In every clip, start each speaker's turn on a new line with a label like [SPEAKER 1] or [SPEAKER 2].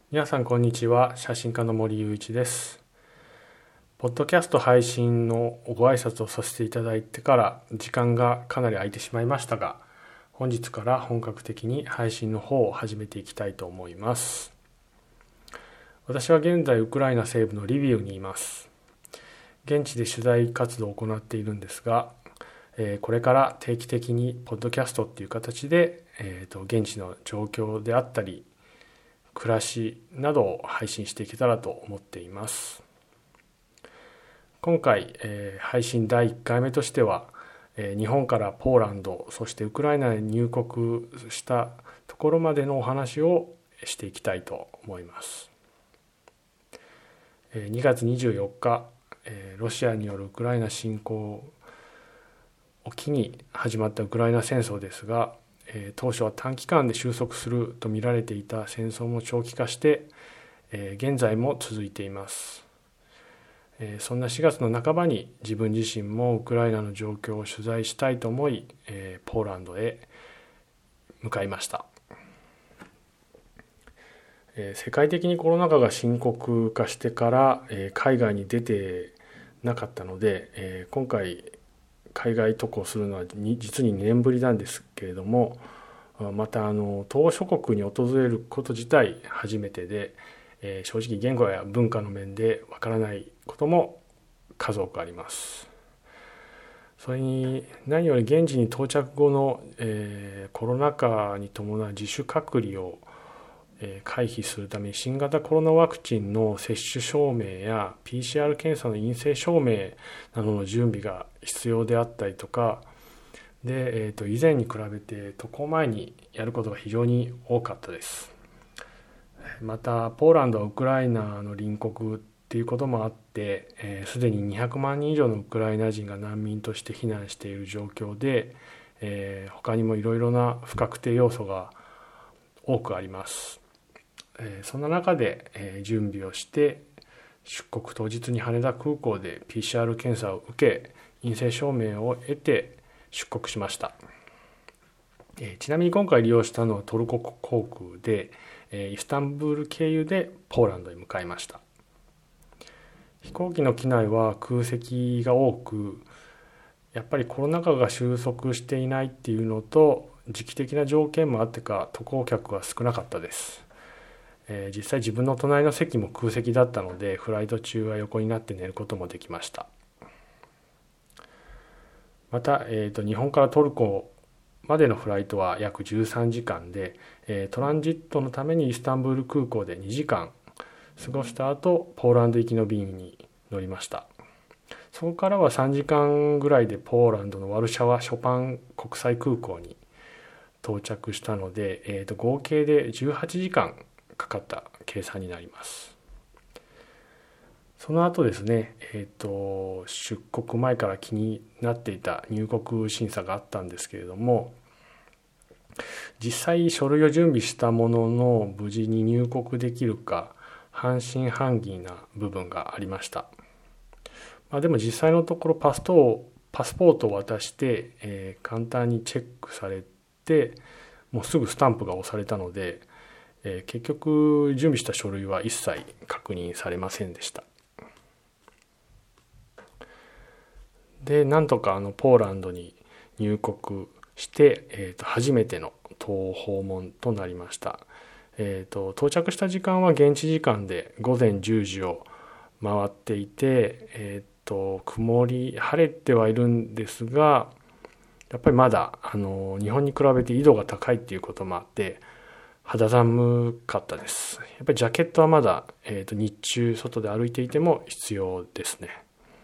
[SPEAKER 1] 皆さんこんにちは。写真家の森雄一です。ポッドキャスト配信のご挨拶をさせていただいてから時間がかなり空いてしまいましたが、本日から本格的に配信の方を始めていきたいと思います。私は現在ウクライナ西部のリビウにいます。現地で取材活動を行っているんですが、これから定期的にポッドキャストっていう形で、現地の状況であったり暮らしなどを配信していけたらと思っています。今回、配信第1回目としては、日本からポーランドそしてウクライナに入国したところまでのお話をしていきたいと思います。2月24日、ロシアによるウクライナ侵攻を機に始まったウクライナ戦争ですが、当初は短期間で収束すると見られていた戦争も長期化して、現在も続いています。そんな4月の半ばに自分自身もウクライナの状況を取材したいと思い、ポーランドへ向かいました。世界的にコロナ禍が深刻化してから海外に出てなかったので、今回海外渡航するのは実に2年ぶりなんですけれども、また東諸国に訪れること自体初めてで、正直言語や文化の面でわからないことも数多くあります。それに何より現地に到着後の、コロナ禍に伴う自主隔離を回避するために新型コロナワクチンの接種証明や PCR 検査の陰性証明などの準備が必要であったりとかで、以前に比べて渡航前にやることが非常に多かったです。またポーランドはウクライナの隣国っていうこともあってすでに200万人以上のウクライナ人が難民として避難している状況で、他にもいろいろな不確定要素が多くあります。そんな中で準備をして出国当日に羽田空港で PCR 検査を受け陰性証明を得て出国しました。ちなみに今回利用したのはトルコ航空でイスタンブール経由でポーランドへ向かいました。飛行機の機内は空席が多く、やっぱりコロナ禍が収束していないっていうのと時期的な条件もあってか渡航客は少なかったです。実際自分の隣の席も空席だったのでフライト中は横になって寝ることもできました。また、日本からトルコまでのフライトは約13時間で、トランジットのためにイスタンブール空港で2時間過ごした後ポーランド行きの便に乗りました。そこからは3時間ぐらいでポーランドのワルシャワショパン国際空港に到着したので、合計で18時間かかった計算になります。その後ですね、出国前から気になっていた入国審査があったんですけれども、実際書類を準備したものの無事に入国できるか半信半疑な部分がありました。でも実際のところパスポートを渡して、簡単にチェックされてもうすぐスタンプが押されたので、結局準備した書類は一切確認されませんでした。でなんとかポーランドに入国して、初めての島訪問となりました。到着した時間は現地時間で午前10時を回っていて、曇り晴れてはいるんですが、やっぱりまだ日本に比べて緯度が高いっていうこともあって肌寒かったです。やっぱりジャケットはまだ、日中外で歩いていても必要ですね。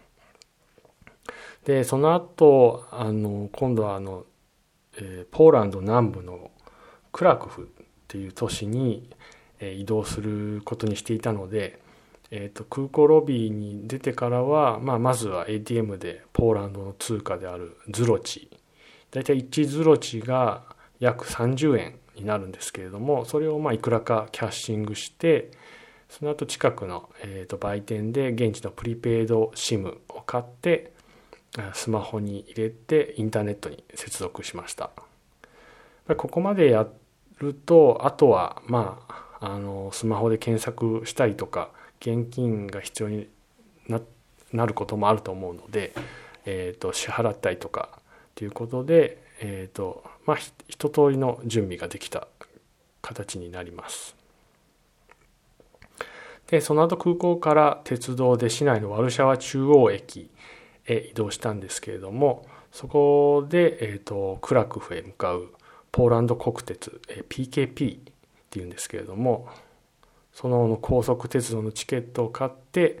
[SPEAKER 1] でその後今度はポーランド南部のクラクフっていう都市に移動することにしていたので、空港ロビーに出てからは、まずは ATM でポーランドの通貨であるズロチ、だいたい1ズロチが約30円になるんですけれども、それをいくらかキャッシングして、その後近くの、売店で現地のプリペイド SIM を買ってスマホに入れてインターネットに接続しました。ここまでやるとあとはスマホで検索したりとか現金が必要になることもあると思うので、支払ったりとかということで、一通りの準備ができた形になります。でその後空港から鉄道で市内のワルシャワ中央駅へ移動したんですけれども、そこで、クラクフへ向かうポーランド国鉄 PKP っていうんですけれども、その高速鉄道のチケットを買って、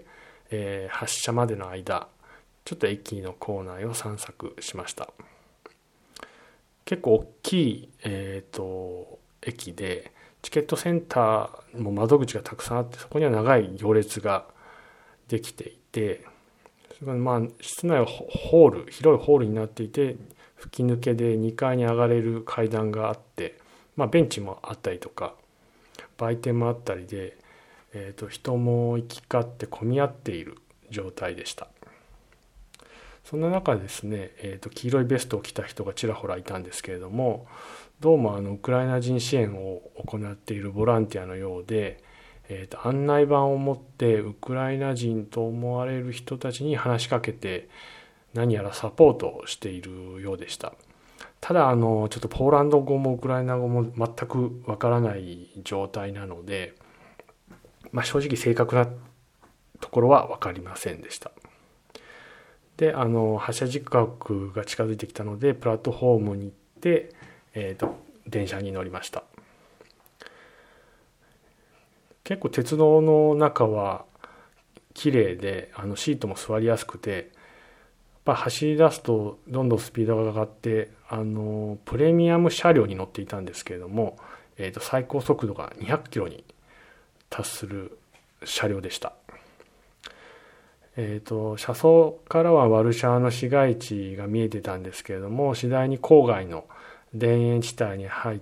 [SPEAKER 1] 発車までの間ちょっと駅の構内を散策しました。結構大きい、駅でチケットセンターも窓口がたくさんあって、そこには長い行列ができていて、室内は広いホールになっていて、吹き抜けで2階に上がれる階段があって、ベンチもあったりとか売店もあったりで、人も行き交って混み合っている状態でした。そんな中ですね、黄色いベストを着た人がちらほらいたんですけれども、どうもウクライナ人支援を行っているボランティアのようで、案内板を持ってウクライナ人と思われる人たちに話しかけて何やらサポートをしているようでした。ただちょっとポーランド語もウクライナ語も全くわからない状態なので、正直正確なところは分かりませんでした。で発車時刻が近づいてきたのでプラットフォームに行って、電車に乗りました。結構鉄道の中は綺麗でシートも座りやすくて、走り出すとどんどんスピードが上がってプレミアム車両に乗っていたんですけれども、最高速度が200キロに達する車両でした。車窓からはワルシャワの市街地が見えてたんですけれども、次第に郊外の田園地帯に入って、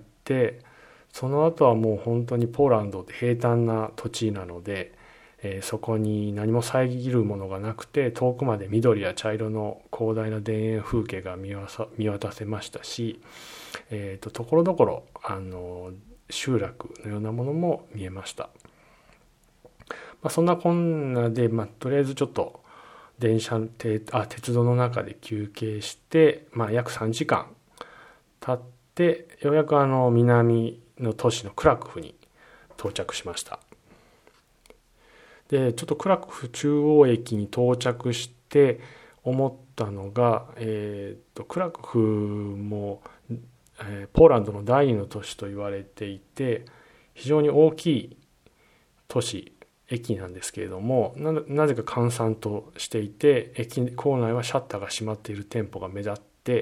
[SPEAKER 1] その後はもう本当にポーランドって平坦な土地なので、そこに何も遮るものがなくて、遠くまで緑や茶色の広大な田園風景が見渡せましたし、ところどころ集落のようなものも見えました。そんなこんなで、とりあえずちょっと鉄道の中で休憩して、約3時間経ってようやく南の都市のクラクフに到着しました。でちょっとクラクフ中央駅に到着して思ったのが、クラクフも、ポーランドの第二の都市と言われていて、非常に大きい都市駅なんですけれども、なぜか閑散としていて、駅構内はシャッターが閉まっている店舗が目立って、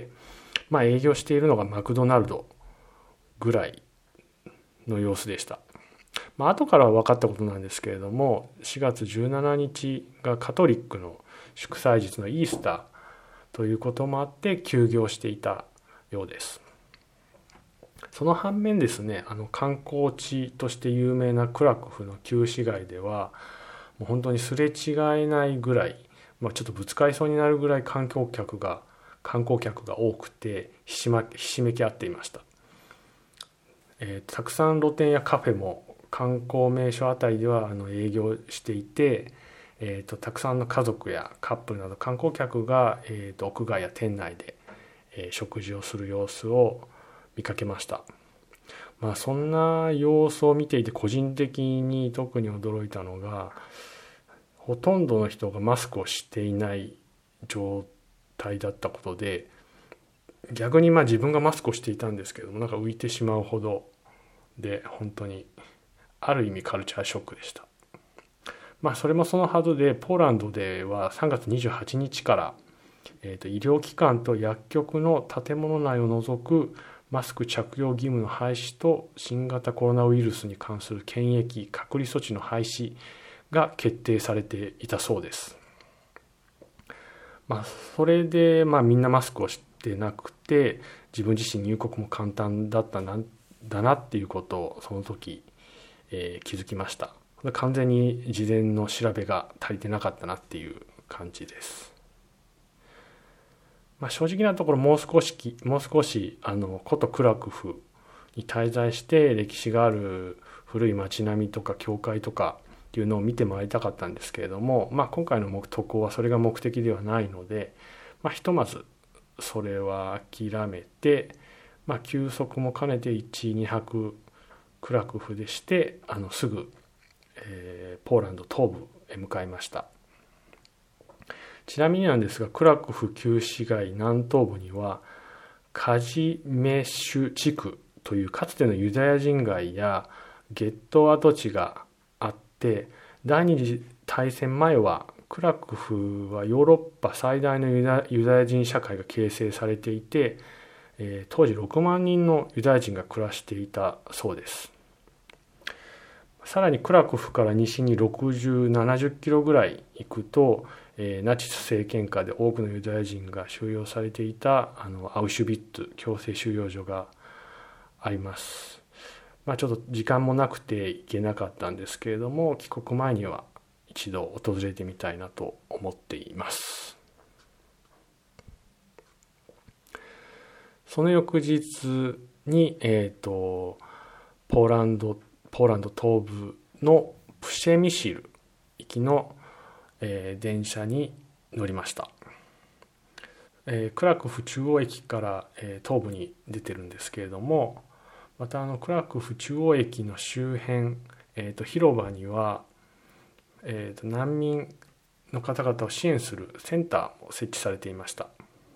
[SPEAKER 1] 営業しているのがマクドナルドぐらいの様子でした。後からは分かったことなんですけれども、4月17日がカトリックの祝祭日のイースターということもあって休業していたようです。その反面ですね、観光地として有名なクラクフの旧市街ではもう本当にすれ違えないぐらい、ちょっとぶつかりそうになるぐらい観光客が多くてひしめき合っていました。たくさん露店やカフェも観光名所あたりでは営業していて、たくさんの家族やカップルなど観光客が、屋外や店内で、食事をする様子を見かけました。そんな様子を見ていて個人的に特に驚いたのが、ほとんどの人がマスクをしていない状態だったことで、逆に自分がマスクをしていたんですけども浮いてしまうほどで、本当にある意味カルチャーショックでした。それもそのはずで、ポーランドでは3月28日から、医療機関と薬局の建物内を除くマスク着用義務の廃止と新型コロナウイルスに関する検疫隔離措置の廃止が決定されていたそうです。それでみんなマスクをしてなくて、自分自身入国も簡単だなっていうことをその時、気づきました。完全に事前の調べが足りてなかったなっていう感じです。正直なところもう少し古都クラクフに滞在して歴史がある古い街並みとか教会とかっていうのを見て回りたかったんですけれども、今回の渡航はそれが目的ではないので、ひとまずそれは諦めて、休息も兼ねて1、2泊クラクフでして、すぐ、ポーランド東部へ向かいました。ちなみになんですが、クラクフ旧市街南東部にはカジメシュ地区というかつてのユダヤ人街やゲット跡地があって、第二次大戦前はクラクフはヨーロッパ最大のユダヤ人社会が形成されていて、当時6万人のユダヤ人が暮らしていたそうです。さらにクラクフから西に60、70キロぐらい行くと、ナチス政権下で多くのユダヤ人が収容されていたアウシュビッツ強制収容所があります。ちょっと時間もなくて行けなかったんですけれども、帰国前には一度訪れてみたいなと思っています。その翌日に、ポーランド東部のプシェミシル行きの、電車に乗りました。クラクフ中央駅から、東部に出てるんですけれども、またクラクフ中央駅の周辺、広場には、難民の方々を支援するセンターも設置されていました。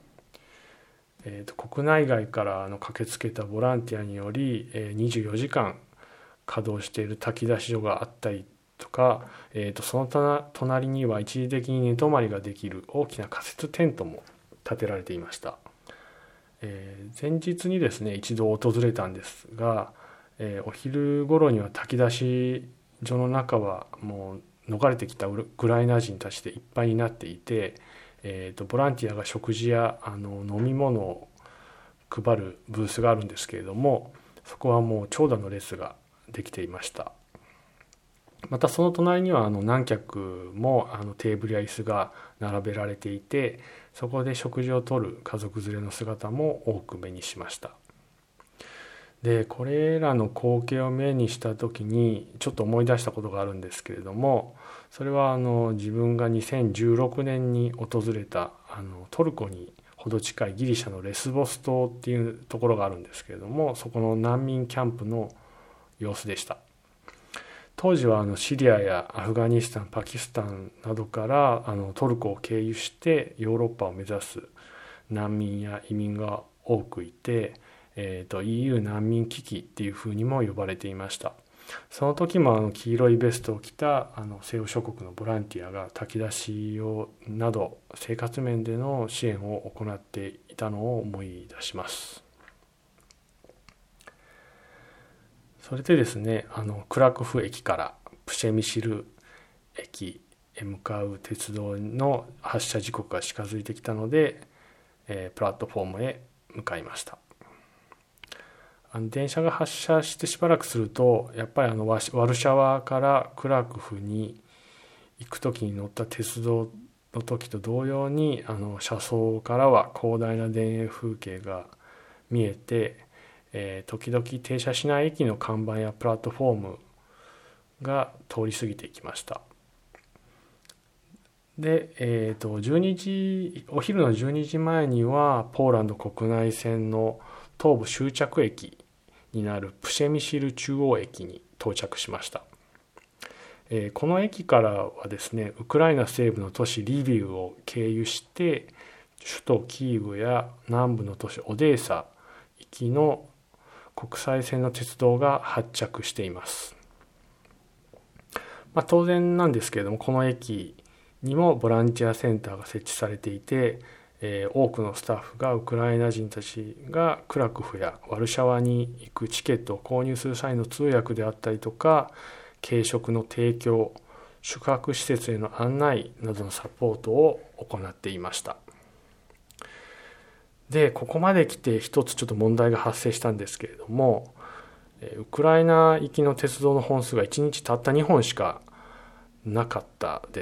[SPEAKER 1] 国内外から駆けつけたボランティアにより、24時間稼働している炊き出し所があったりとか、その隣には一時的に寝泊まりができる大きな仮設テントも建てられていました。前日にですね一度訪れたんですが、お昼頃には炊き出し所の中はもう逃れてきたウクライナ人たちでいっぱいになっていて、ボランティアが食事や飲み物を配るブースがあるんですけれども、そこはもう長蛇の列ができていました。またその隣には何脚もテーブルや椅子が並べられていて、そこで食事をとる家族連れの姿も多く目にしました。でこれらの光景を目にした時にちょっと思い出したことがあるんですけれども、それは自分が2016年に訪れたトルコにほど近いギリシャのレスボス島っていうところがあるんですけれども、そこの難民キャンプの様子でした。当時はシリアやアフガニスタン、パキスタンなどからトルコを経由してヨーロッパを目指す難民や移民が多くいて、EU 難民危機っていうふうにも呼ばれていました。その時も黄色いベストを着た西欧諸国のボランティアが炊き出しなど生活面での支援を行っていたのを思い出します。それでですね、クラクフ駅からプシェミシル駅へ向かう鉄道の発車時刻が近づいてきたので、プラットフォームへ向かいました。電車が発車してしばらくすると、やっぱりワルシャワからクラクフに行く時に乗った鉄道の時と同様に車窓からは広大な田園風景が見えて、時々停車しない駅の看板やプラットフォームが通り過ぎていきました。で、お昼の12時前にはポーランド国内線の東部終着駅になるプシェミシル中央駅に到着しました。この駅からはですね、ウクライナ西部の都市リビウを経由して首都キーウや南部の都市オデーサ行きの国際線の鉄道が発着しています。当然なんですけれども、この駅にもボランティアセンターが設置されていて、多くのスタッフがウクライナ人たちがクラクフやワルシャワに行くチケットを購入する際の通訳であったりとか、軽食の提供、宿泊施設への案内などのサポートを行っていました。でここまで来て一つちょっと問題が発生したんですけれども、ウクライナ行きの鉄道の本数が1日たった2本しかなかったです。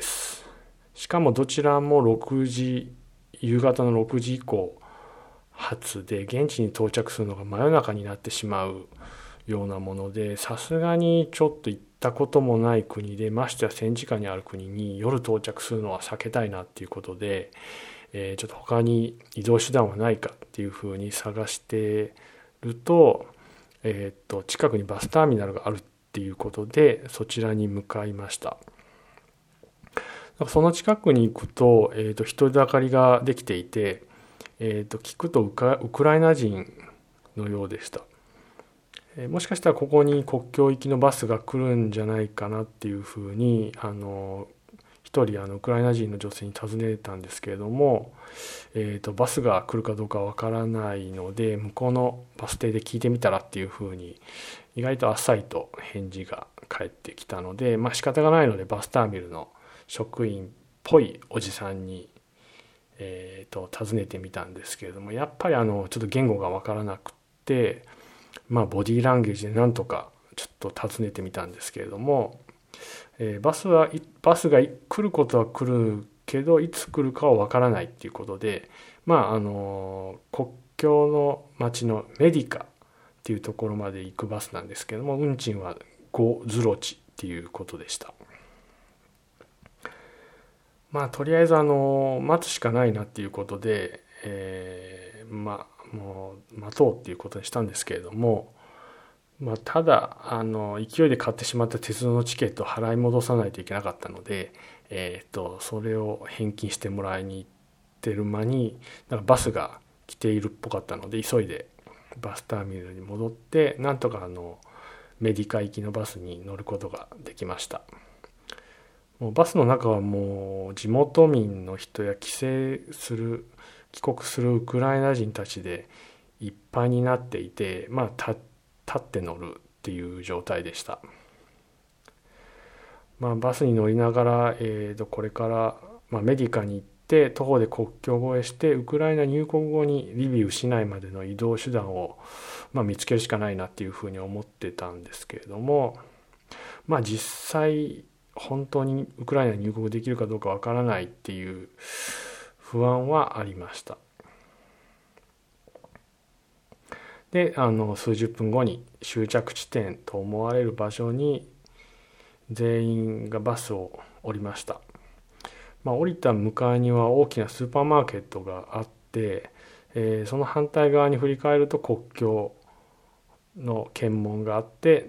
[SPEAKER 1] しかもどちらも夕方の6時以降発で、現地に到着するのが真夜中になってしまうようなもので、さすがにちょっと行ったこともない国で、ましてや戦時下にある国に夜到着するのは避けたいなっていうことで、ちょっと他に移動手段はないかっていうふうに探してると、近くにバスターミナルがあるっていうことでそちらに向かいました。その近くに行くと、人だかりができていて、聞くとウクライナ人のようでした。もしかしたらここに国境行きのバスが来るんじゃないかなっていうふうに一人ウクライナ人の女性に尋ねたんですけれども、バスが来るかどうかわからないので向こうのバス停で聞いてみたらっていうふうに意外とあっさりと返事が返ってきたので、仕方がないのでバスターミナルの職員っぽいおじさんに、尋ねてみたんですけれども、やっぱりちょっと言語がわからなくて、ボディーランゲージでなんとかちょっと尋ねてみたんですけれども、バスが来ることは来るけどいつ来るかはわからないっていうことで、国境の町のメディカっていうところまで行くバスなんですけども、運賃は5ズロチっていうことでした。とりあえず待つしかないなっていうことで、もう待とうっていうことにしたんですけれども、ただ勢いで買ってしまった鉄道のチケットを払い戻さないといけなかったので、それを返金してもらいに行ってる間になんかバスが来ているっぽかったので、急いでバスターミナルに戻ってなんとかメディカ行きのバスに乗ることができました。もうバスの中はもう地元民の人や帰国するウクライナ人たちでいっぱいになっていて、立って乗るっていう状態でした。バスに乗りながら、これから、メディカに行って徒歩で国境を越えしてウクライナ入国後にリビウ市内までの移動手段を、見つけるしかないなっていうふうに思ってたんですけれども、実際本当にウクライナに入国できるかどうかわからないっていう不安はありました。で数十分後に終着地点と思われる場所に全員がバスを降りました。降りた向かいには大きなスーパーマーケットがあって、その反対側に振り返ると国境の検問があって、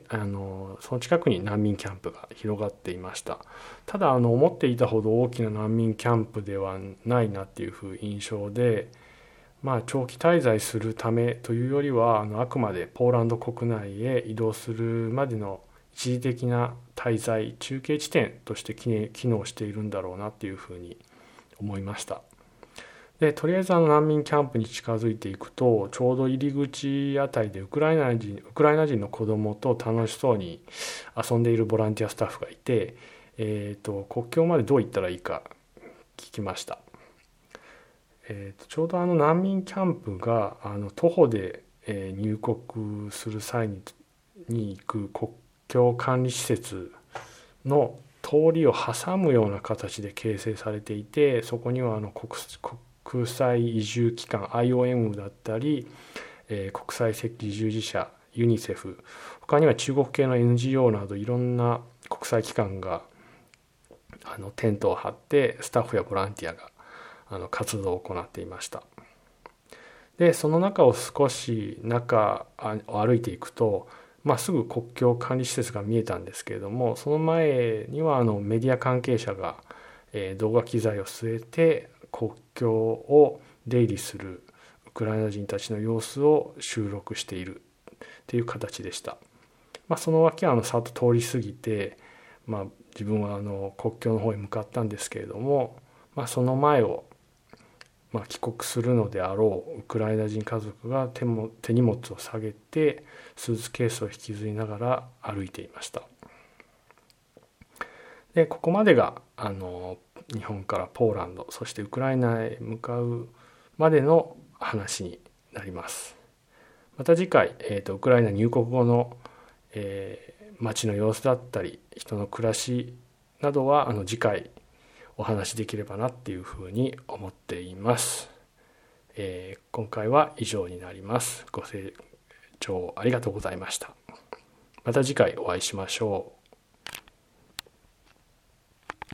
[SPEAKER 1] その近くに難民キャンプが広がっていました。ただ思っていたほど大きな難民キャンプではないなっていう印象で、長期滞在するためというよりはあくまでポーランド国内へ移動するまでの一時的な滞在中継地点として機能しているんだろうなっていうふうに思いました。でとりあえず難民キャンプに近づいていくと、ちょうど入り口あたりでウクライナ人の子供と楽しそうに遊んでいるボランティアスタッフがいて、国境までどう行ったらいいか聞きました。ちょうど難民キャンプが徒歩で入国する際に行く国境管理施設の通りを挟むような形で形成されていて、そこには国際移住機関 IOM だったり、国際赤十字社ユニセフ、他には中国系の NGO などいろんな国際機関がテントを張ってスタッフやボランティアが活動を行っていました。でその中を少し中を歩いていくと、すぐ国境管理施設が見えたんですけれども、その前にはメディア関係者が動画機材を据えて国境を出入りするウクライナ人たちの様子を収録しているという形でした。その脇はさっと通り過ぎて、自分は国境の方へ向かったんですけれども、その前を帰国するのであろうウクライナ人家族が手荷物を下げてスーツケースを引きずりながら歩いていました。でここまでが日本からポーランド、そしてウクライナへ向かうまでの話になります。また次回、ウクライナ入国後の、街の様子だったり人の暮らしなどは次回お話しできればなっていうふうに思っています。今回は以上になります。ご清聴ありがとうございました。 また次回お会いしましょう。